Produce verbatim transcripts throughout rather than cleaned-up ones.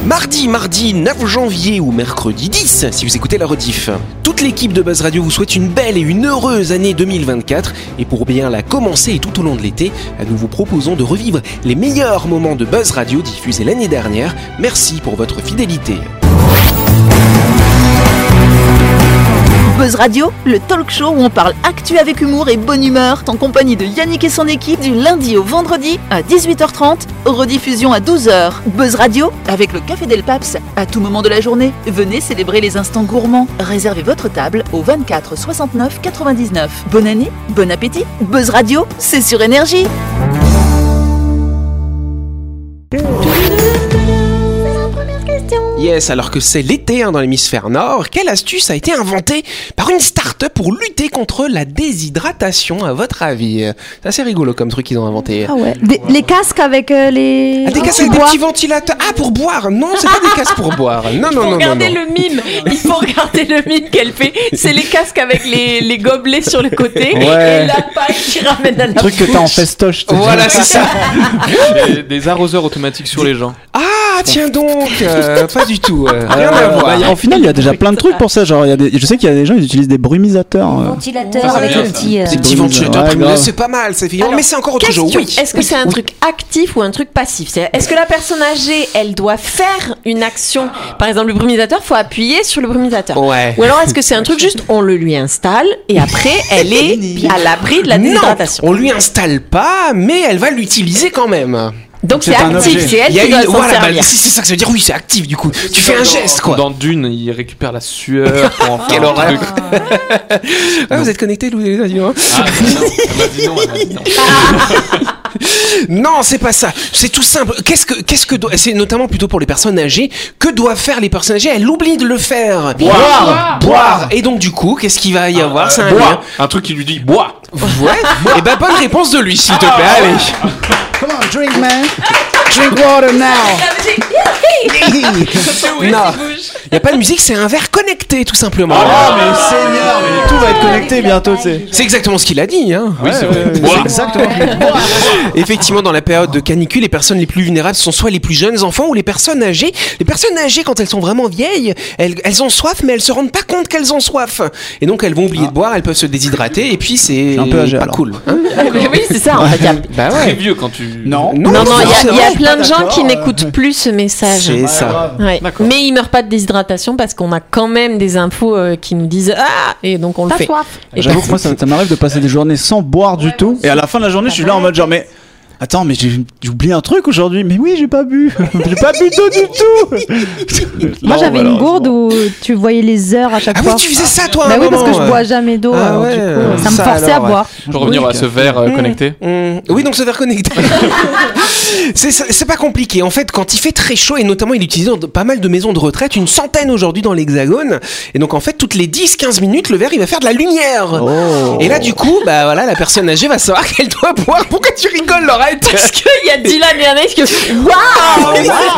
Mardi, mardi neuf janvier ou mercredi dix, si vous écoutez la rediff. Toute l'équipe de Buzz Radio vous souhaite une belle et une heureuse année deux mille vingt-quatre. Et pour bien la commencer et tout au long de l'été, nous vous proposons de revivre les meilleurs moments de Buzz Radio diffusés l'année dernière. Merci pour votre fidélité. Buzz Radio, le talk show où on parle actu avec humour et bonne humeur, en compagnie de Yannick et son équipe du lundi au vendredi à dix-huit heures trente, rediffusion à douze heures. Buzz Radio, avec le Café Del Paps, à tout moment de la journée. Venez célébrer les instants gourmands. Réservez votre table au vingt-quatre soixante-neuf quatre-vingt-dix-neuf. Bonne année, bon appétit. Buzz Radio, c'est sur Énergie. Yes, alors que c'est l'été hein, dans l'hémisphère nord, quelle astuce a été inventée par une start-up pour lutter contre la déshydratation, à votre avis? C'est assez rigolo comme truc qu'ils ont inventé. Ah ouais. Des, les casques avec euh, les... Ah, des casques avec des petits ventilateurs. Ah, pour boire? Non, c'est pas des casques pour boire. Non, non, non, non. Regardez non. le mime. Il faut regarder le mime qu'elle fait. C'est les casques avec les, les gobelets sur le côté Ouais. et la paille qui ramène à la Le truc que t'as en festoche. Voilà, c'est ça. Des, des arroseurs automatiques sur les gens. Ah, tiens donc. Euh, pas du tout. Euh, rien à voir. Bah, y a- au final, il y a déjà plein de trucs pour ça. Genre, il y a des, je sais qu'il y a des gens qui utilisent des brumisateurs. euh. Ventilateur Ça, avec c'est le bien, petit. euh, Des petits Ouais, ventilateurs, grave. mais c'est pas mal, c'est effectivement. Alors, Mais c'est encore autre chose. Question, Oui. est-ce que c'est un truc actif ou un truc passif? C'est- Est-ce que la personne âgée, elle doit faire une action? Par exemple, le brumisateur, il faut appuyer sur le brumisateur. Ouais. Ou alors, est-ce que c'est un truc juste, on le lui installe et après, elle est à l'abri de la Non, déshydratation? on lui installe pas, mais elle va l'utiliser quand même. Donc c'est c'est un actif, objet. c'est elle Il y a qui doit une, s'en voilà, bah, servir. si c'est ça que ça veut dire, oui, c'est actif du coup. Tu fais un Dans- geste quoi. Dans Dune, il récupère la sueur pour en faire Quelle un horreur. truc. Ah, vous êtes connectés, Louis les avions? Ah, non, elle m'a dit non, elle m'a dit non. Non, c'est pas ça. C'est tout simple. Qu'est-ce que, qu'est-ce que, do- c'est notamment plutôt pour les personnes âgées. Que doivent faire les personnes âgées? Elles oublient de le faire. Boire. Boire. Et donc du coup, qu'est-ce qu'il va y avoir? C'est un lien. Bois. Un truc qui lui dit bois. Ouais. Et ben bonne réponse de lui, s'il te plaît. Allez. Come on, drink, man. Drink water now. Non. Y a pas de musique, c'est un verre connecté, tout simplement. Ah, mais Seigneur, mais tout va être connecté bientôt, tu sais. C'est exactement ce qu'il a dit, hein. Oui, c'est vrai. C'est Bois. exactement. Effectivement, dans la période de canicule, les personnes les plus vulnérables sont soit les plus jeunes enfants ou les personnes âgées. Les personnes âgées, quand elles sont vraiment vieilles, elles, elles ont soif, mais elles se rendent pas compte qu'elles ont soif. Et donc, elles vont oublier de boire, elles peuvent se déshydrater, et puis c'est un peu âgé, pas alors. cool. Hein. Mais oui, c'est ça en fait. Il y a- Bah Très ouais. vieux quand tu. Non. Non, Non, non, il y a, c'est il y a vrai. plein de gens d'accord, qui euh. n'écoutent plus ce message. C'est ça. Ouais. D'accord. Mais ils meurent pas de déshydratation parce qu'on a quand même des infos euh, qui nous disent ah et donc on le Pas fait. soif. Et J'avoue pas- que moi, ça, ça m'arrive de passer des journées sans boire du tout. Et à la fin de la journée, je suis là en mode genre, mais. Attends, mais j'ai j'ai oublié un truc aujourd'hui. Mais oui, j'ai pas bu. J'ai pas bu d'eau du tout. Moi, Non, j'avais une malheureusement. gourde où tu voyais les heures à chaque Ah fois. oui, tu faisais ça, toi, à Bah un oui, parce que moment, je ouais. bois jamais d'eau. Ah alors, du ouais, coup, ça me ça forçait alors, à boire. Pour revenir à ce verre euh, connecté. Mmh. Oui, donc se faire connecter. c'est, c'est pas compliqué. En fait, quand il fait très chaud, et notamment il est utilisé dans pas mal de maisons de retraite, une centaine aujourd'hui dans l'Hexagone. Et donc en fait, toutes les dix quinze minutes, le verre il va faire de la lumière. Oh. Et là, du coup, bah voilà, la personne âgée va savoir qu'elle doit boire. Pourquoi tu rigoles, Laurette? Parce qu'il y a Dylan et Anaïs que waouh.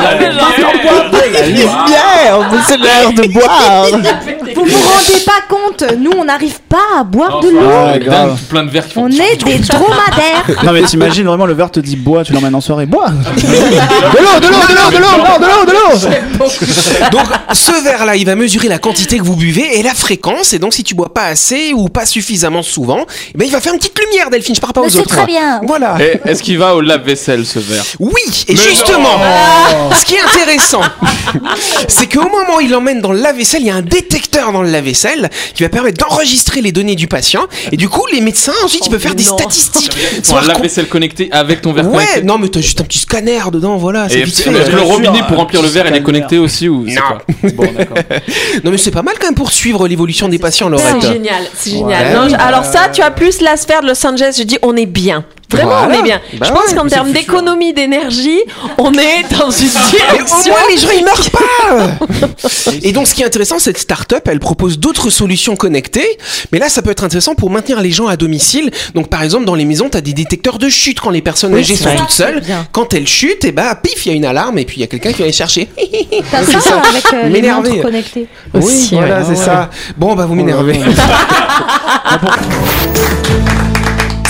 La lumière, c'est l'heure de boire. Vous vous rendez pas compte, nous on n'arrive pas à boire de l'eau. Ah, Dingue, grave. plein de verres qui font. On est des dromadaires. Non mais t'imagines vraiment le verre te dit bois, tu l'emmènes en soirée, bois. De l'eau, de l'eau, de l'eau, de l'eau, non, de l'eau, de l'eau. Donc ce verre-là, il va mesurer la quantité que vous buvez et la fréquence. Et donc si tu bois pas assez ou pas suffisamment souvent, eh ben il va faire une petite lumière, Delphine. Je parle pas Mais aux c'est autres. très moi. bien. Voilà. Et est-ce qu'il va au lave-vaisselle ce verre? Oui, et justement, ce qui est intéressant, c'est qu'au moment où il l'emmène dans le lave-vaisselle, il y a un détecteur dans le lave-vaisselle qui va permettre d'enregistrer les données du patient. Et du coup, les médecins, ensuite, ils peuvent faire des non. statistiques. Pour un Savoir lave-vaisselle connecté avec ton verre Ouais, connecté. non, mais t'as juste un petit scanner dedans, voilà, c'est Et vite est-ce fait. que le Bien robinet sûr, pour remplir un le verre, petit il est connecté scanner. aussi ou c'est Non. pas Bon, d'accord. Non, mais c'est pas mal quand même pour suivre l'évolution des patients, C'est Laurette. génial, c'est génial. Ouais. Non, je- alors ça, tu as plus la sphère de Los Angeles. Je dis, on est bien. Vraiment, Voilà. on est bien. Bah je pense ouais, qu'en c'est termes le futur. d'économie d'énergie, on est dans une Mais au direction. moins les gens ils meurent pas. Et donc ce qui est intéressant, cette start-up, elle propose d'autres solutions connectées, mais là ça peut être intéressant pour maintenir les gens à domicile. Donc par exemple dans les maisons, tu as des détecteurs de chute quand les personnes Oui, âgées c'est sont vrai. toutes seules. C'est bien. Quand elles chutent, et bah pif, il y a une alarme et puis il y a quelqu'un qui va les chercher. T'as ça, ça. avec euh, les M'énerver. montres connectées. Oui, Aussi, voilà, ouais. c'est ça. Bon bah vous m'énervez.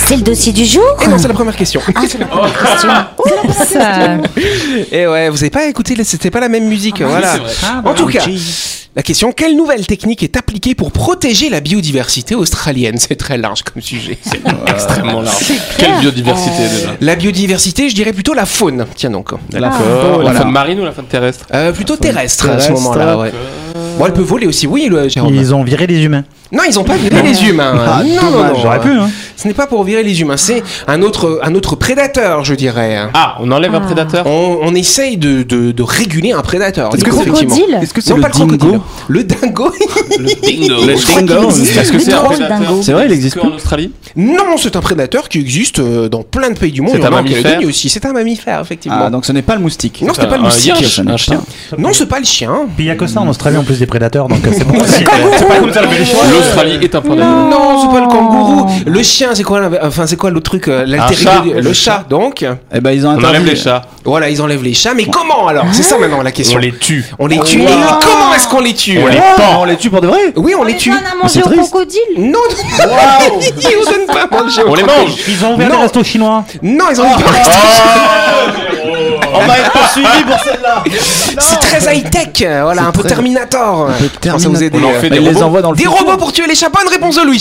C'est le dossier du jour. Et non, c'est la première question. Ah, c'est la première question. Ça- Et ouais, vous avez pas écouté, c'était pas la même musique, voilà. c'est vrai. En tout cas, la question, quelle nouvelle technique est appliquée pour protéger la biodiversité australienne? C'est très large comme sujet. C'est Extrêmement large. Quelle biodiversité déjà. La biodiversité, je dirais plutôt la faune. Tiens donc. D'accord. La Voilà. faune marine ou la faune terrestre? Euh, plutôt terrestre, à ce terrestre. moment-là, ouais. Bon, elle peut voler aussi, oui, le Jérôme. Ils ont viré les humains. Non, ils ont pas viré les humains. Ah, non, non, dommage, non. J'aurais pu, hein. Ce n'est pas pour virer les humains, c'est un autre, un autre prédateur, je dirais. Ah, on enlève un prédateur. On, on essaye de, de, de réguler un prédateur. Le du coup, effectivement. crocodile. Est-ce que c'est Non, le pas le crocodile. dingo? Le dingo. Le dingo. Le dingo. Est-ce que Le c'est un drôle prédateur? dingo. C'est vrai, il existe Que en Australie? Non, c'est un prédateur qui existe euh, dans plein de pays du monde. C'est Il y en un a en mammifère Calédonie aussi. C'est un mammifère, effectivement. Ah, donc ce n'est pas le moustique. Non, c'était pas le Un moustique. yinche, un chien. Non, c'est pas le chien. Puis il y a que ça en Australie en plus des prédateurs, donc euh, c'est bon. C'est pas comme ça le choix. L'Australie est un prédateur. Non, c'est pas le kangourou. Le chien, c'est quoi la- Enfin, c'est quoi l'autre truc euh, l'alter chat. ego du- Le chat, donc. Eh ben, ils ont On interdit. enlève les chats. Voilà, ils enlèvent les chats. Mais comment alors? C'est ça maintenant la question. On les tue. On les tue. Oh, Et wow. comment est-ce qu'on les tue? On les Oh, on les tue pour de vrai? Oui, on les tue. On a mangé c'est au triste. crocodile. Non, ils donne pas à manger au On les crocodile. mange. Ils ont ouvert Non. des restos chinois. Non, ils ont pas. On va être poursuivi pour celle-là. C'est très high-tech, voilà, un peu très- Terminator. peu Je pense que ça vous aider. On en fait des Ils les robots. envoient dans le Des futur. robots pour tuer les chats. Bonne réponse de Louis.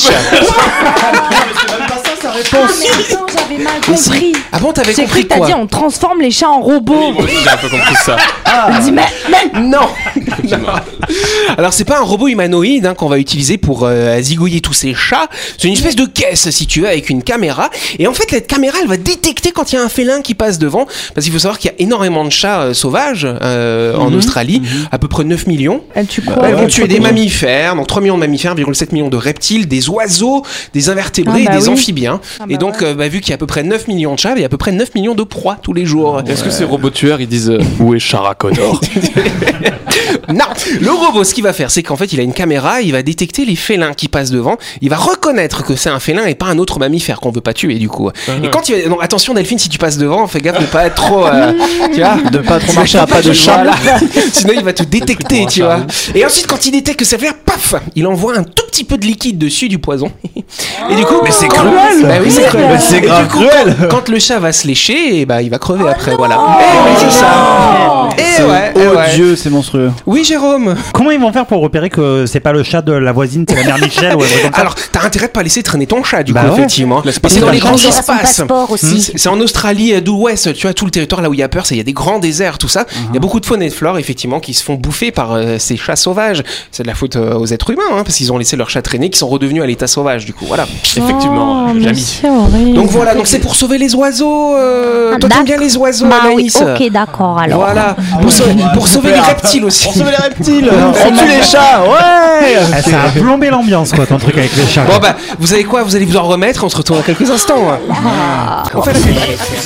Ah, mais attends, j'avais mal compris. Ah bon, t'avais J'ai cru compris que t'as quoi? dit on transforme les chats en robots. Moi aussi, j'ai un peu compris ça. Dis, mais, mais- Non. Non. Alors c'est pas un robot humanoïde hein, qu'on va utiliser pour euh, zigouiller tous ces chats. C'est une espèce de caisse si tu veux avec une caméra. Et en fait la caméra elle va détecter quand il y a un félin qui passe devant. Parce qu'il faut savoir qu'il y a énormément de chats euh, sauvages euh, en Australie, à peu près neuf millions. Elle tue quoi? Elles vont Ouais, tuer des mammifères, donc trois millions de mammifères, un virgule sept millions de reptiles, des oiseaux, des invertébrés Ah bah et des oui. amphibiens. Ah et bah donc, ouais. euh, bah, vu qu'il y a à peu près neuf millions de chats, il y a à peu près neuf millions de proies tous les jours. Est-ce que ces robots tueurs ils disent euh, où est Sarah Connor? Non, le robot, ce qu'il va faire, c'est qu'en fait, il a une caméra, il va détecter les félins qui passent devant, il va reconnaître que c'est un félin et pas un autre mammifère qu'on veut pas tuer, du coup. Et quand il va... Non, attention, Delphine, si tu passes devant, fais gaffe de pas être trop... euh, tu vois, De pas trop marcher à pas de chat. Voilà. Sinon, il va te détecter, tu vois. Et ensuite, quand il détecte que c'est un félin, paf, il envoie un tout petit peu de liquide dessus, du poison. Et du coup... Mais c'est cruel. Bah oui, c'est cruel. Mais c'est Et du grave coup, cruel. Quand, quand le chat va se lécher, et bah, il va crever après, voilà. Et oui, c'est ça. Et C'est ouais, et ouais. odieux, c'est monstrueux. Oui, Jérôme. Comment ils vont faire pour repérer que c'est pas le chat de la voisine, c'est la mère Michel ou un truc comme ça? Alors, t'as intérêt de pas laisser traîner ton chat, du Bah coup, ouais. effectivement. Mais c'est dans les grands On verra son espaces. passeport aussi. C'est c'est en Australie euh, d'Ouest, tu vois, tout le territoire là où il y a peur, c'est il y a des grands déserts, tout ça. Il y a beaucoup de faune et de flore, effectivement, qui se font bouffer par euh, ces chats sauvages. C'est de la faute euh, aux êtres humains, hein, parce qu'ils ont laissé leurs chats traîner, qui sont redevenus à l'état sauvage, du coup, voilà. Effectivement, Oh, mais Jamie. c'est horrible. Donc voilà, donc c'est pour sauver les oiseaux. Euh, Ah, toi, t'aimes bien d'accord. les oiseaux, Bah oui, Anaïs. ok, d'accord alors. Voilà, pour, sauver- pour sauver les reptiles aussi. On sauve les reptiles. On tue les chats. Ouais. Ah, ça a plombé l'ambiance, quoi, ton truc avec les chats. Bon bah, vous savez quoi, vous allez vous en remettre, on se retrouve dans quelques instants. hein. On fait la pub.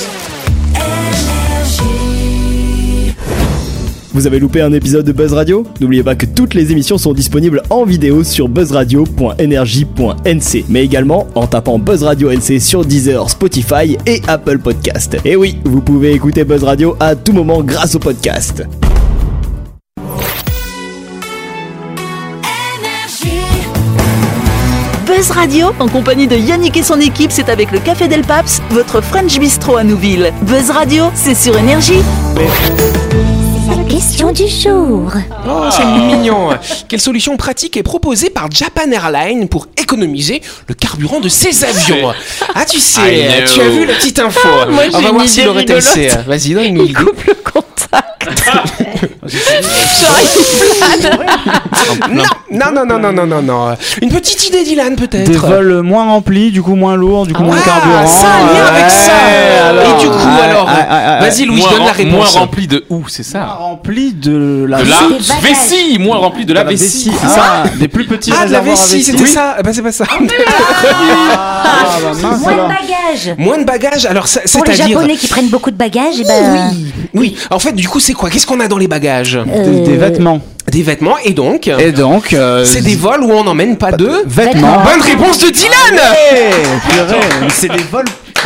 Vous avez loupé un épisode de Buzz Radio? N'oubliez pas que toutes les émissions sont disponibles en vidéo sur buzzradio point energie point n c, mais également en tapant Buzz Radio N C sur Deezer, Spotify et Apple Podcast. Et oui, vous pouvez écouter Buzz Radio à tout moment grâce au podcast. Buzz Radio, en compagnie de Yannick et son équipe, c'est avec le Café Del Paps, votre French Bistro à Nouville. Buzz Radio, c'est sur Énergie. C'est la question du jour. Oh, c'est mignon. Quelle solution pratique est proposée par Japan Airlines pour économiser le carburant de ses avions? Ah, tu sais, I know. tu as vu la petite info. moi, On j'ai va une voir si idée Laurette elle rigolote. sait. Vas-y, donne-nous Il l'idée. coupe le contact. Non, non, non, non, non, non, non, non. Une petite idée, Dylan, peut-être. Des vols moins remplis, du coup moins lourds, du coup moins de carburant. Ah, ça a un lien avec ça. alors. Et du coup, Ah, alors, ah, ah, ah, vas-y, Louis, moins, donne la rem- réponse. moins rempli de où, c'est Moins ça? remplis de la, De Des la bagages. vessie, moins rempli de la vessie. Ah, des plus petits Ah, de la réservoirs à vessie, c'était Oui. ça. Ah, bah, c'est pas ça. Ah, bah mince Moins de alors. bagages. Moins de bagages, alors, ça- Pour les c'est-à-dire. Japonais qui prennent beaucoup de bagages, et ben. Oui, en fait, du coup, c'est quoi? Qu'est-ce qu'on a dans les bagages? Des, des vêtements. Des vêtements, et donc. Et donc, euh, C'est des vols où on n'emmène pas de. vêtements. Bonne réponse de Dylan! Eh, purée, mais c'est des vols.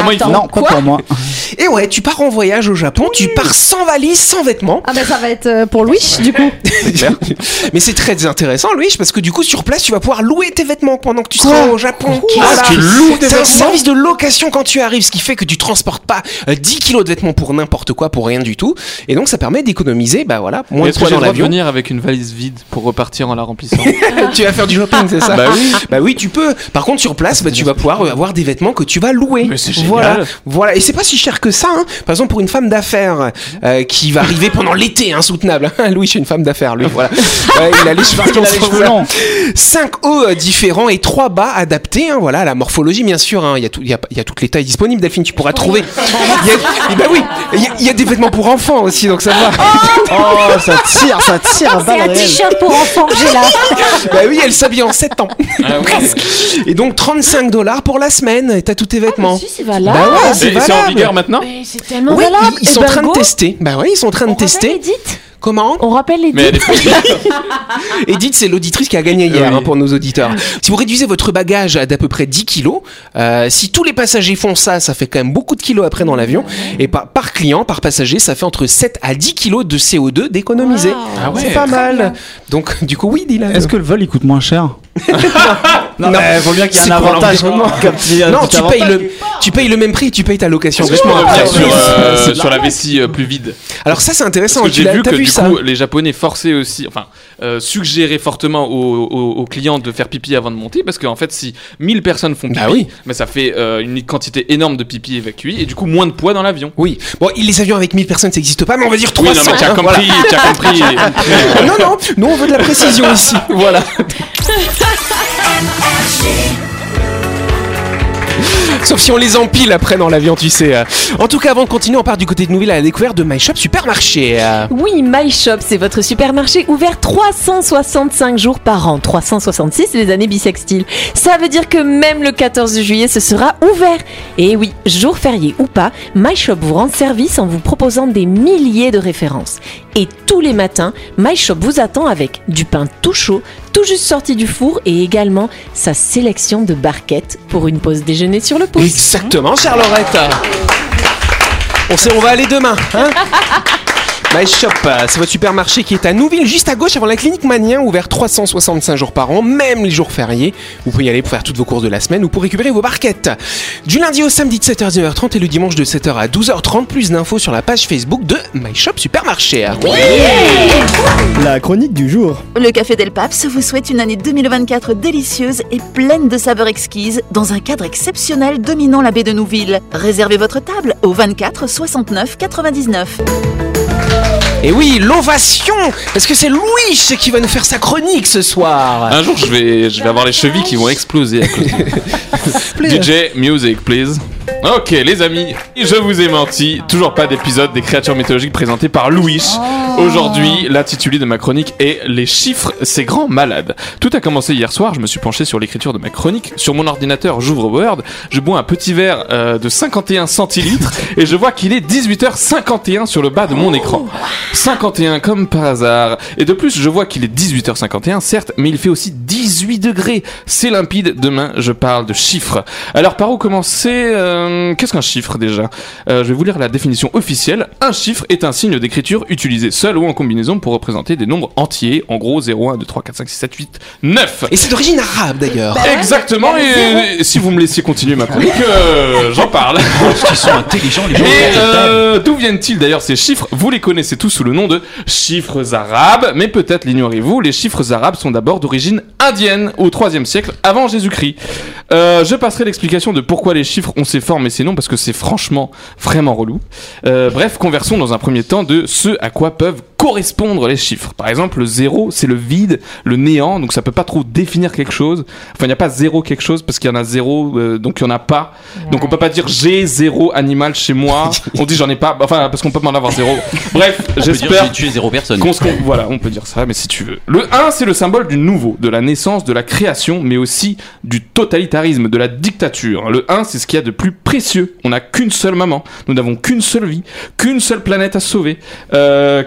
Comment ils font? Non, pas pour moi. Et ouais, tu pars en voyage au Japon, tu pars sans valise, sans vêtements. Ah ben ça va être euh, pour Louis du coup. Mais c'est très intéressant, Louis, parce que du coup, sur place, tu vas pouvoir louer tes vêtements pendant que tu seras au Japon. Ah, tu loues tes C'est un vêtements? service de location quand tu arrives, ce qui fait que tu transportes pas euh, dix kilos de vêtements pour n'importe quoi, pour rien du tout. Et donc, ça permet d'économiser, bah voilà, moins de Est-ce que poids j'ai dans le droit de l'avion. venir avec une valise vide pour repartir en la remplissant? Tu vas faire du shopping, c'est ça? Bah oui. Bah oui, tu peux. Par contre, sur place, bah, tu vas pouvoir avoir des vêtements que tu vas louer. Mais c'est génial. Voilà, voilà. Et c'est pas si cher que ça. Hein. Par exemple, pour une femme d'affaires euh, qui va arriver pendant l'été, insoutenable. Louis, c'est une femme d'affaires, lui. Voilà. Euh, il a les cheveux, Il a les cheveux longs. Cinq hauts euh, différents et trois bas adaptés. Hein, voilà, la morphologie, bien sûr. Hein. Il y a tout, il y a, il y a toutes les tailles disponibles. Delphine, tu pourras trouver. Il y a, et bah oui, il y, a, il y a des vêtements pour enfants aussi, donc ça va. Oh, ça tire, ça tire à C'est balles un réelles. t-shirt pour enfants que j'ai là. Bah oui, elle s'habille en sept ans. Ah oui. Et donc trente-cinq dollars pour la semaine. Et t'as tous tes vêtements. Si, c'est valable. Bah ouais, Et c'est c'est en valable. vigueur maintenant? Mais c'est tellement Oui, valable. ils Eh sont en ben, train de go. tester. Bah oui, ils sont en train de On rappelle tester. Edith. Comment? On rappelle les Mais elle dix. est Edith, c'est l'auditrice qui a gagné hier Oui. hein, pour nos auditeurs. Si vous réduisez votre bagage à d'à peu près dix kilos, euh, si tous les passagers font ça, ça fait quand même beaucoup de kilos après dans l'avion. Et par, par client, par passager, ça fait entre sept à dix kilos de C O deux d'économiser. Wow. Ah ouais, c'est pas très mal. Donc, du coup, oui, Dylan. Est-ce que le vol il coûte moins cher? Non, Non. mais faut bien qu'il y ait C'est un pour avantage. l'environnement. Comme tu dis, un Non, petit tu payes, avantage. le, tu payes le même prix, tu payes ta location. Est-ce que je peux vêtements revenir après. sur, euh, c'est de sur la vessie euh, plus vide? Alors ça, c'est intéressant. Parce que Tu j'ai l'as- vu t'as que vu du ça coup les Japonais forçaient aussi, enfin euh, suggéraient fortement aux, aux- aux clients de faire pipi avant de monter, parce qu'en fait si mille personnes font pipi, Bah oui. mais ça fait euh, une quantité énorme de pipi évacué et du coup moins de poids dans l'avion. Oui. Bon, les avions avec mille personnes, ça n'existe pas, mais on va dire Oui, trois cents. non mais tu as hein, compris, tu as compris. voilà. Non, non, nous on veut de la précision ici. Voilà. Sauf si on les empile après dans l'avion, tu sais. En tout cas, avant de continuer, on part du côté de Nouville à la découverte de My Shop Supermarché. Oui, My Shop, c'est votre supermarché ouvert trois cent soixante-cinq jours par an. trois cent soixante-six, c'est les années bissextiles. Ça veut dire que même le quatorze juillet, ce sera ouvert. Et oui, jour férié ou pas, My Shop vous rend service en vous proposant des milliers de références. Et tous les matins, My Shop vous attend avec du pain tout chaud, tout juste sorti du four et également sa sélection de barquettes pour une pause déjeuner sur le pouce. Exactement, chère Laurette. On sait, on va aller demain, hein. My Shop, c'est votre supermarché qui est à Nouville, juste à gauche avant la clinique Manien, ouvert trois cent soixante-cinq jours par an, même les jours fériés. Vous pouvez y aller pour faire toutes vos courses de la semaine ou pour récupérer vos barquettes. Du lundi au samedi de sept heures à dix-neuf heures trente et le dimanche de sept heures à douze heures trente. Plus d'infos sur la page Facebook de My Shop Supermarché. La chronique du jour. Le Café Del Paps vous souhaite une année deux mille vingt-quatre délicieuse et pleine de saveurs exquises dans un cadre exceptionnel dominant la baie de Nouville. Réservez votre table au vingt-quatre soixante-neuf quatre-vingt-dix-neuf. Et oui, l'ovation, parce que c'est Louis qui va nous faire sa chronique ce soir. Un jour je vais, je vais avoir les chevilles qui vont exploser à cause de... D J, music please. Ok les amis, je vous ai menti, toujours pas d'épisode des créatures mythologiques présentées par Louis. Aujourd'hui, l'intitulé de ma chronique est Les chiffres, c'est grand malade. Tout a commencé hier soir, je me suis penché sur l'écriture de ma chronique. Sur mon ordinateur, j'ouvre Word, je bois un petit verre euh, de cinquante et un centilitres et je vois qu'il est dix-huit heures cinquante et un sur le bas de mon écran. cinquante et un comme par hasard. Et de plus, je vois qu'il est dix-huit heures cinquante et un, certes, mais il fait aussi dix-huit degrés. C'est limpide, demain, je parle de chiffres. Alors, par où commencer euh, Qu'est-ce qu'un chiffre, déjà euh, Je vais vous lire la définition officielle. Un chiffre est un signe d'écriture utilisé seul ou en combinaison pour représenter des nombres entiers. En gros, zéro, un, deux, trois, quatre, cinq, six, sept, huit, neuf. Et c'est d'origine arabe d'ailleurs. Exactement, et, et si vous me laissiez continuer ma chronique, euh, j'en parle. Ils sont intelligents, les gens. Et euh, d'où viennent-ils d'ailleurs ces chiffres? Vous les connaissez tous sous le nom de chiffres arabes, mais peut-être l'ignorez-vous, les chiffres arabes sont d'abord d'origine indienne, au troisième siècle avant Jésus-Christ. Euh, je passerai l'explication de pourquoi les chiffres ont ces formes et ces noms, parce que c'est franchement vraiment relou. Euh, bref, conversons dans un premier temps de ce à quoi peuvent correspondre les chiffres. Par exemple, le zéro, c'est le vide, le néant, donc ça peut pas trop définir quelque chose. Enfin, il n'y a pas zéro quelque chose, parce qu'il y en a zéro, euh, donc il y en a pas. Donc on peut pas dire j'ai zéro animal chez moi. On dit j'en ai pas, enfin parce qu'on peut m'en avoir zéro. Bref, j'espère. J'ai tué zéro personne. Qu'on se con- Voilà, on peut dire ça, mais si tu veux. Le un, c'est le symbole du nouveau, de la naissance, de la création, mais aussi du totalitarisme, de la dictature. Le un, c'est ce qu'il y a de plus précieux. On n'a qu'une seule maman, nous n'avons qu'une seule vie, qu'une seule planète à sauver, euh, qu'un seul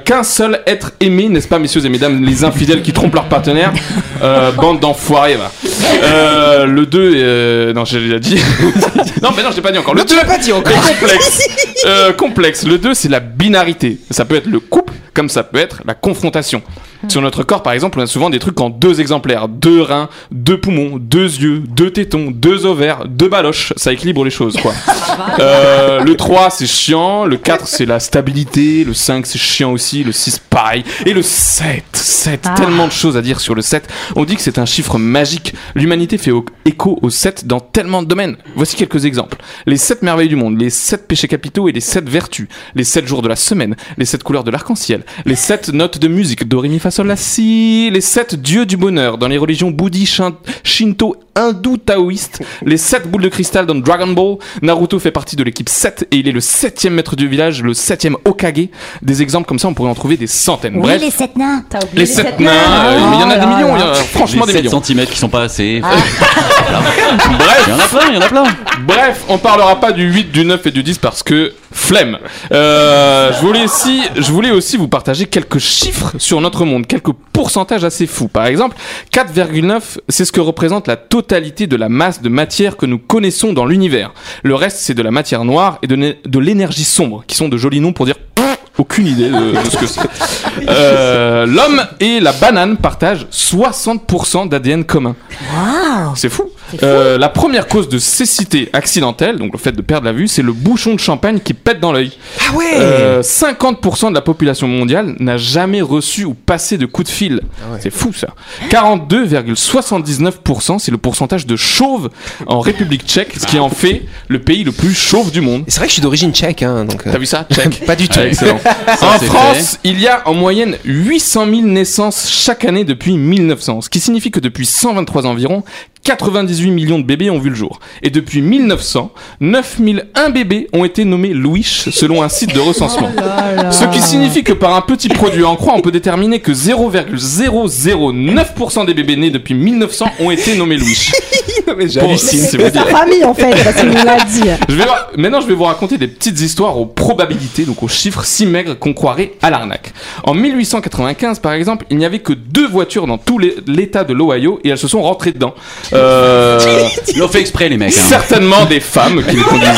seul être aimé, n'est-ce pas, messieurs et mesdames, les infidèles qui trompent leur partenaire. Euh, bande d'enfoirés, va. Euh, le deux, euh... non, j'ai déjà dit. non, mais non, je l'ai pas dit encore. Le non, tu l'as pas dit encore. Complexe. Euh, complexe. Le deux, c'est la binarité. Ça peut être le couple, comme ça peut être la confrontation. Sur notre corps, par exemple, on a souvent des trucs en deux exemplaires. Deux reins, deux poumons, deux yeux, deux tétons, deux ovaires, deux baloches. Ça équilibre les choses, quoi. Euh, le trois, c'est chiant. Le quatre, c'est la stabilité. Le cinq, c'est chiant aussi. Le six, pareil. Et le sept, sept, ah. tellement de choses à dire sur le sept. On dit que c'est un chiffre magique. L'humanité fait au- écho au sept dans tellement de domaines. Voici quelques exemples. Les sept merveilles du monde, les sept péchés capitaux et les sept vertus. Les sept jours de la semaine, les sept couleurs de l'arc-en-ciel, les sept notes de musique, do, ré, mi, fa, sol, la, si, les sept dieux du bonheur dans les religions bouddhistes, shinto, hindou, taoïste, les sept boules de cristal dans Dragon Ball. Naruto fait partie de l'équipe sept et il est le septième maître du village, le septième Hokage. Des exemples comme ça, on pourrait en trouver des centaines. Oui, Bref, les sept nains. T'as oublié les sept nains, euh, il y en a des millions, il y en a franchement des sept millions. centimètres qui sont pas assez. Ah. Bref, Il y en a plein, il y en a plein. Bref, on parlera pas du huit, du neuf et du dix parce que flemme. Euh, je voulais aussi, je voulais aussi vous partager quelques chiffres sur notre monde, quelques pourcentages assez fous. Par exemple, quatre virgule neuf, c'est ce que représente la totalité de la masse de matière que nous connaissons dans l'univers. Le reste, c'est de la matière noire et de, né- de l'énergie sombre, qui sont de jolis noms pour dire aucune idée de, de ce que c'est. Euh, l'homme et la banane partagent soixante pour cent d'A D N commun. Waouh. C'est fou. Euh, la première cause de cécité accidentelle, donc le fait de perdre la vue, c'est le bouchon de champagne qui pète dans l'œil. Ah ouais. Euh, cinquante pour cent de la population mondiale n'a jamais reçu ou passé de coup de fil. Ah ouais. C'est fou ça. quarante-deux virgule soixante-dix-neuf pour cent, c'est le pourcentage de chauves en République tchèque, ce qui en fait le pays le plus chauve du monde. Et c'est vrai que je suis d'origine tchèque, hein, donc. euh, T'as vu ça, tchèque? Pas du tout. Ah, excellent. Ça, En c'est France, il y a en moyenne huit cent mille naissances chaque année depuis mille neuf cents, ce qui signifie que depuis cent vingt-trois ans environ, quatre-vingt-dix-huit millions de bébés ont vu le jour. Et depuis mille neuf cents, neuf mille un bébés ont été nommés Louis selon un site de recensement. Ce qui signifie que par un petit produit en croix, on peut déterminer que zéro virgule zéro zéro neuf pour cent des bébés nés depuis mille neuf cents ont été nommés Louis. Mais j'hallucine. Pour- c'est vous Sa dire. famille en fait, parce qu'il nous l'a dit. Je vais voir- Maintenant, je vais vous raconter des petites histoires aux probabilités, donc aux chiffres si maigres qu'on croirait à l'arnaque. En mille huit cent quatre-vingt-quinze, par exemple, il n'y avait que deux voitures dans tout les- l'État de l'Ohio et elles se sont rentrées dedans. Euh, Ils l'ont fait exprès, les mecs. Hein. certainement des femmes qui les conduisaient.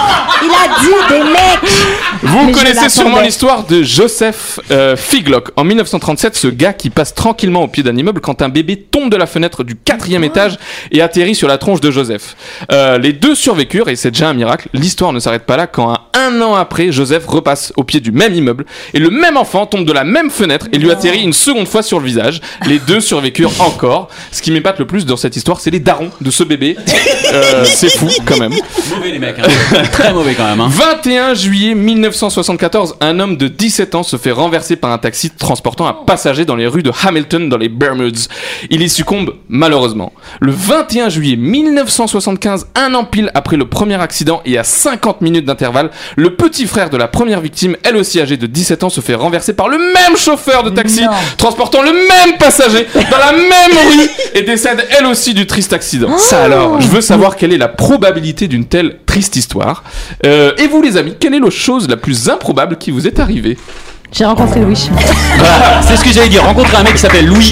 Il a dit des mecs. Vous Mais je connaissez l'attendais. sûrement l'histoire de Joseph euh, Figlock. En mille neuf cent trente-sept, ce gars qui passe tranquillement au pied d'un immeuble quand un bébé tombe de la fenêtre du quatrième étage et atterrit sur la tronche de Joseph. Euh, les deux survécurent et c'est déjà un miracle. L'histoire ne s'arrête pas là quand un, un an après, Joseph repasse au pied du même immeuble et le même enfant tombe de la même fenêtre et lui atterrit une seconde fois sur le visage. Les deux survécurent encore. Ce qui m'épate le plus dans cette histoire, c'est les darons de ce bébé. Euh, c'est fou quand même. Mauvais, les mecs. Hein. Très mauvais quand même. Hein. vingt et un juillet mille neuf cent soixante-quatorze, un homme de dix-sept ans se fait renverser par un taxi transportant un passager dans les rues de Hamilton dans les Bermudes. Il y succombe malheureusement. Le vingt et un juillet mille neuf cent soixante-quinze, un an pile après le premier accident et à cinquante minutes d'intervalle, le petit frère de la première victime, elle aussi âgée de dix-sept ans, se fait renverser par le même chauffeur de taxi Non. transportant le même passager dans la même rue et décède elle aussi du triste accident. Ça alors. Je veux savoir quelle est la probabilité d'une telle triste histoire. Euh, et vous les amis, quelle est la chose la plus improbable qui vous est arrivée? J'ai rencontré Louis. Voilà, c'est ce que j'allais dire. Rencontrer un mec qui s'appelle Louis.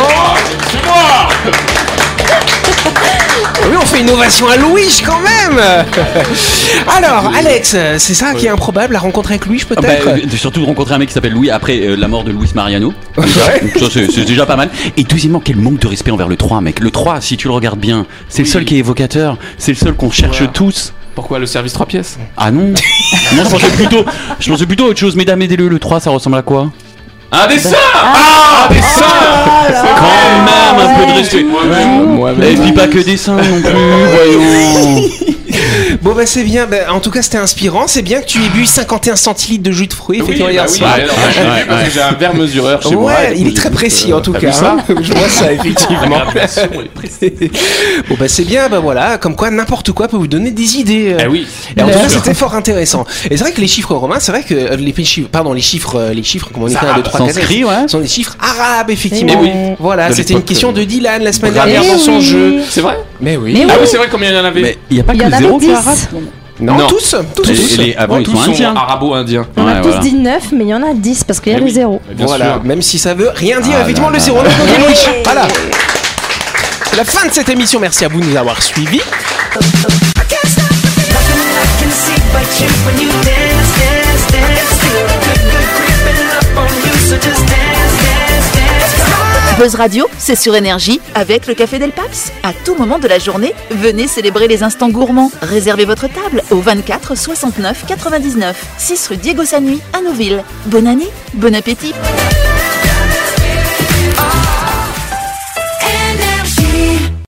Oui, on fait une ovation à Louis quand même. Alors, Alex, c'est ça qui est improbable, la rencontre avec Louis Ah bah, peut-être. euh, surtout rencontrer un mec qui s'appelle Louis après euh, la mort de Luis Mariano. Donc ça, c'est, c'est déjà pas mal. Et deuxièmement, quel manque de respect envers le trois, mec. Le trois, si tu le regardes bien, c'est Oui. le seul qui est évocateur. C'est le seul qu'on cherche Voilà. tous. Pourquoi le service trois pièces? Ah non. Non, je pensais plutôt, je pensais plutôt à autre chose. Mesdames, aidez-le. Le trois, ça ressemble à quoi? Un dessin. Ah, un dessin. Quand même un peu de respect. Moi-même. Et puis pas que des seins non plus, voyons. Bon bah c'est bien, bah, en tout cas c'était inspirant, c'est bien que tu aies bu cinquante et un centilitres de jus de fruits, Oui, effectivement bah hier oui, soir. ouais, alors, moi, j'ai Ouais, vu parce ouais. que j'ai un verre mesureur chez Ouais, moi. et il donc, est très du coup, précis euh, en tout t'as cas. vu ça hein. Je vois ça effectivement. La gradation est précise. Bon bah c'est bien, bah voilà, comme quoi n'importe quoi peut vous donner des idées. Eh oui. Et en tout Bien cas sûr. c'était fort intéressant. Et c'est vrai que les chiffres romains, c'est vrai que euh, les chiffres, pardon, les chiffres, euh, les chiffres, comment on dit un, deux, trois, quatre, Sanskrit, ouais. sont des chiffres arabes effectivement. Eh oui. Voilà, De c'était une l'époque, question euh, de Dylan la semaine Bravo. dernière dans Eh son oui. jeu. C'est vrai? Mais oui. Mais Ah oui. oui, c'est vrai combien il y en avait. Mais il y a pas Il y que en avait zéro qui est dix. arabe. Non, Non. tous, tous, Et- tous. et les- avant, Ouais, ils tous sont sont indiens. arabo-indiens. On a Ouais, tous voilà. dit neuf, mais il y en a dix parce qu'il y a Eh le oui. zéro. Bien voilà, sûr. même si ça veut rien dire, Ah effectivement, là le là zéro. là. Donc, ok, Louis. Voilà. C'est la fin de cette émission. Merci à vous de nous avoir suivis. Buzz Radio, c'est sur Énergie avec le Café Del Paps. À tout moment de la journée, venez célébrer les instants gourmands. Réservez votre table au vingt-quatre soixante-neuf quatre-vingt-dix-neuf, six rue Diego Sanui à Nouville. Bonne année, bon appétit.